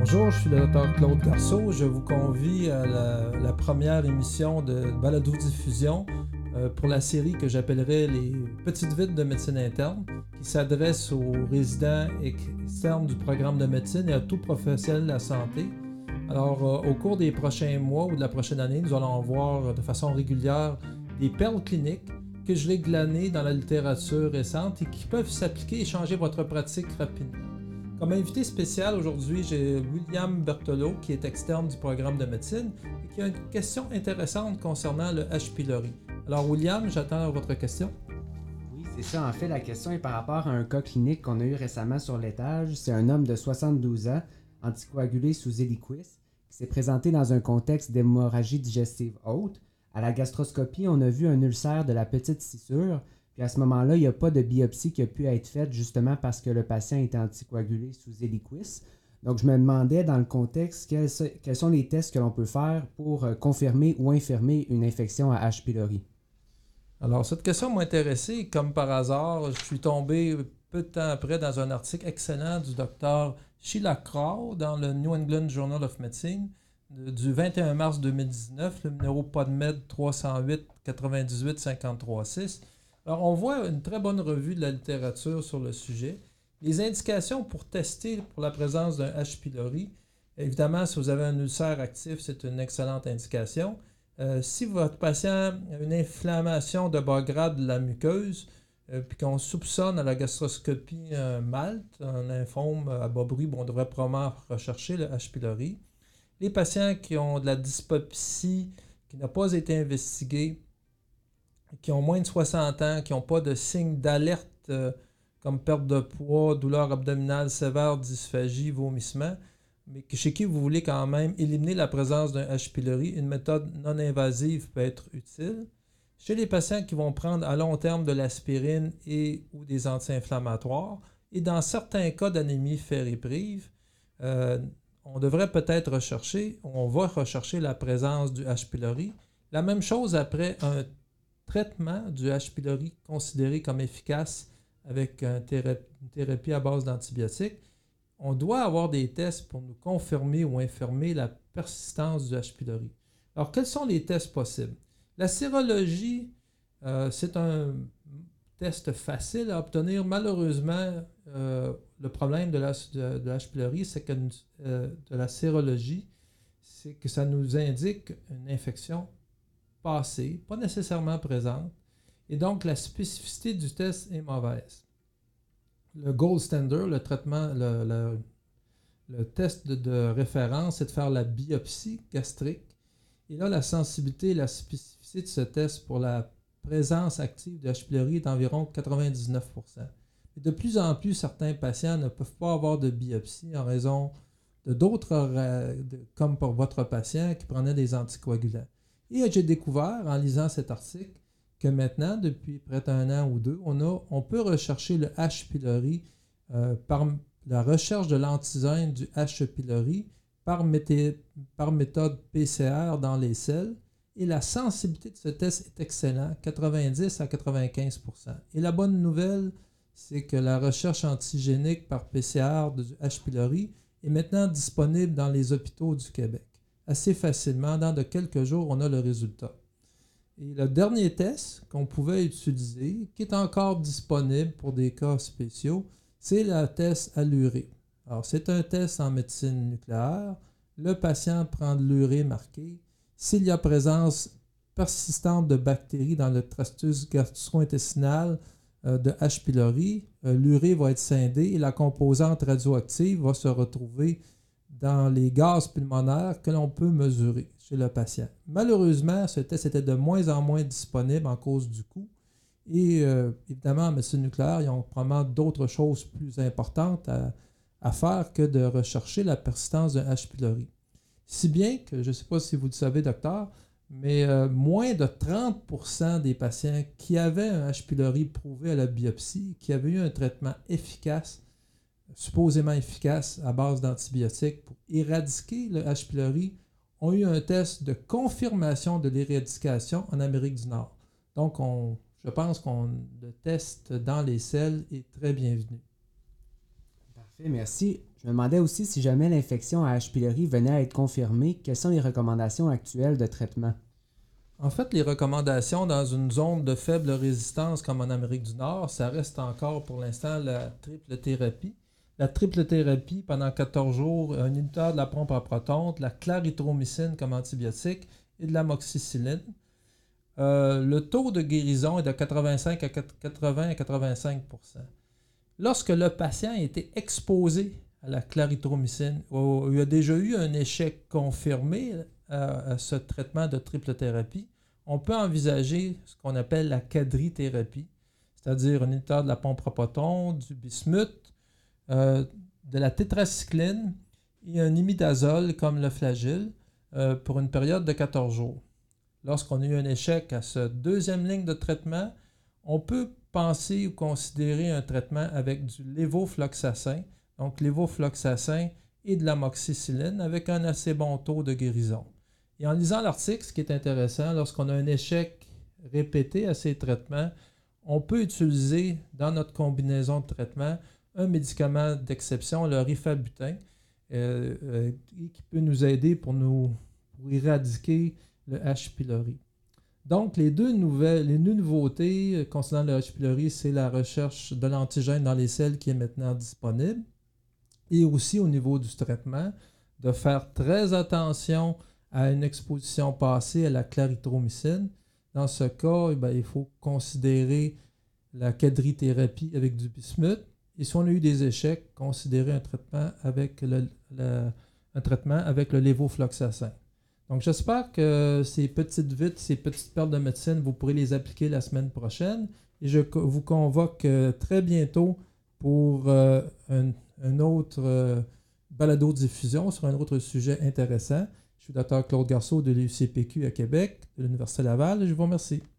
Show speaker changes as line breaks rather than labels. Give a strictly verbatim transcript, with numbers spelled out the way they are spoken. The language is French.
Bonjour, je suis le docteur Claude Garceau. Je vous convie à la, la première émission de balado-diffusion euh, pour la série que j'appellerai les Petites Vites de médecine interne, qui s'adresse aux résidents externes du programme de médecine et à tout professionnel de la santé. Alors, euh, au cours des prochains mois ou de la prochaine année, nous allons voir de façon régulière des perles cliniques que je vais glaner dans la littérature récente et qui peuvent s'appliquer et changer votre pratique rapidement. Comme invité spécial aujourd'hui, j'ai William Berthelot, qui est externe du programme de médecine et qui a une question intéressante concernant le H. pylori. Alors William, j'attends votre question.
Oui, c'est ça. En fait, la question est par rapport à un cas clinique qu'on a eu récemment sur l'étage. C'est un homme de soixante-douze ans, anticoagulé sous Eliquis, qui s'est présenté dans un contexte d'hémorragie digestive haute. À la gastroscopie, on a vu un ulcère de la petite scissure. Puis à ce moment-là, il n'y a pas de biopsie qui a pu être faite justement parce que le patient était anticoagulé sous Eliquis. Donc, je me demandais dans le contexte quels, quels sont les tests que l'on peut faire pour confirmer ou infirmer une infection à H. pylori.
Alors, cette question m'a intéressé. Comme par hasard, je suis tombé peu de temps après dans un article excellent du docteur Sheila Crow dans le New England Journal of Medicine du vingt et un mars deux mille dix-neuf, le numéro PodMed trois cent huit quatre-vingt-dix-huit cinquante-trois six. Alors, on voit une très bonne revue de la littérature sur le sujet. Les indications pour tester pour la présence d'un H. pylori, évidemment, si vous avez un ulcère actif, c'est une excellente indication. Euh, si votre patient a une inflammation de bas grade de la muqueuse, euh, puis qu'on soupçonne à la gastroscopie un malte, un lymphome à bas bruit, bon, on devrait probablement rechercher le H. pylori. Les patients qui ont de la dyspepsie qui n'a pas été investiguée, qui ont moins de soixante ans, qui n'ont pas de signes d'alerte euh, comme perte de poids, douleur abdominale sévère, dysphagie, vomissement, mais chez qui vous voulez quand même éliminer la présence d'un H. pylori, une méthode non invasive peut être utile. Chez les patients qui vont prendre à long terme de l'aspirine et ou des anti-inflammatoires, et dans certains cas d'anémie fériprive, euh, on devrait peut-être rechercher, on va rechercher la présence du H. pylori. La même chose après un traitement du H. pylori considéré comme efficace avec une thérapie à base d'antibiotiques, on doit avoir des tests pour nous confirmer ou infirmer la persistance du H. pylori. Alors, quels sont les tests possibles? La sérologie, euh, c'est un test facile à obtenir. Malheureusement, euh, le problème de, la, de, de H. pylori, c'est que euh, de la sérologie, c'est que ça nous indique une infection passée, pas nécessairement présente, et donc la spécificité du test est mauvaise. Le gold standard, le traitement, le, le, le test de, de référence, c'est de faire la biopsie gastrique. Et là, la sensibilité et la spécificité de ce test pour la présence active de H. pylori est d'environ quatre-vingt-dix-neuf pour cent. Et de plus en plus, certains patients ne peuvent pas avoir de biopsie en raison de d'autres, de, comme pour votre patient qui prenait des anticoagulants. Et j'ai découvert, en lisant cet article, que maintenant, depuis près d'un an ou deux, on, a, on peut rechercher le H. pylori euh, par la recherche de l'antigène du H. pylori par, mété, par méthode P C R dans les selles. Et la sensibilité de ce test est excellente, quatre-vingt-dix à quatre-vingt-quinze pour cent. Et la bonne nouvelle, c'est que la recherche antigénique par P C R du H. pylori est maintenant disponible dans les hôpitaux du Québec. Assez facilement, dans de quelques jours, on a le résultat. Et le dernier test qu'on pouvait utiliser, qui est encore disponible pour des cas spéciaux, c'est le test à l'urée. Alors, c'est un test en médecine nucléaire. Le patient prend de l'urée marquée. S'il y a présence persistante de bactéries dans le tractus gastro-intestinal euh, de H. pylori, euh, l'urée va être scindée et la composante radioactive va se retrouver dans les gaz pulmonaires que l'on peut mesurer chez le patient. Malheureusement, ce test était de moins en moins disponible en cause du coût. Et euh, évidemment, en médecine nucléaire, ils ont probablement d'autres choses plus importantes à, à faire que de rechercher la persistance d'un H. pylori. Si bien que, je ne sais pas si vous le savez, docteur, mais euh, moins de trente pour cent des patients qui avaient un H. pylori prouvé à la biopsie, qui avaient eu un traitement efficace, supposément efficace à base d'antibiotiques pour éradiquer le H. pylori, ont eu un test de confirmation de l'éradication en Amérique du Nord. Donc, on, je pense que le test dans les selles est très bienvenu.
Parfait, merci. Je me demandais aussi si jamais l'infection à H. pylori venait à être confirmée, quelles sont les recommandations actuelles de traitement?
En fait, les recommandations dans une zone de faible résistance comme en Amérique du Nord, ça reste encore pour l'instant la triple thérapie. La triple thérapie pendant quatorze jours, un inhibiteur de la pompe à protons, de la clarithromycine comme antibiotique et de l'amoxicilline. Euh, le taux de guérison est de quatre-vingt-cinq à quatre-vingts à quatre-vingt-cinq pour cent. Lorsque le patient a été exposé à la clarithromycine, il y a déjà eu un échec confirmé à, à ce traitement de triple thérapie, on peut envisager ce qu'on appelle la quadrithérapie, c'est-à-dire un inhibiteur de la pompe à protons, du bismuth, euh, de la tétracycline et un imidazole comme le flagyl euh, pour une période de quatorze jours. Lorsqu'on a eu un échec à ce deuxième ligne de traitement, on peut penser ou considérer un traitement avec du lévofloxacin, donc lévofloxacin et de l'amoxicilline avec un assez bon taux de guérison. Et en lisant l'article, ce qui est intéressant, lorsqu'on a un échec répété à ces traitements, on peut utiliser dans notre combinaison de traitement un médicament d'exception, le rifabutin, euh, euh, qui peut nous aider pour, nous, pour éradiquer le H. pylori. Donc, les deux, nouvelles, les deux nouveautés concernant le H. pylori, c'est la recherche de l'antigène dans les selles qui est maintenant disponible et aussi au niveau du traitement, de faire très attention à une exposition passée à la clarithromycine. Dans ce cas, eh bien, il faut considérer la quadrithérapie avec du bismuth. Et si on a eu des échecs, considérer un traitement avec le, le, un traitement avec le lévofloxacin. Donc, j'espère que ces petites vites, ces petites perles de médecine, vous pourrez les appliquer la semaine prochaine. Et je vous convoque euh, très bientôt pour euh, un, un autre euh, balado-diffusion sur un autre sujet intéressant. Je suis le docteur Claude Garceau de l'U C P Q à Québec, de l'Université Laval. Je vous remercie.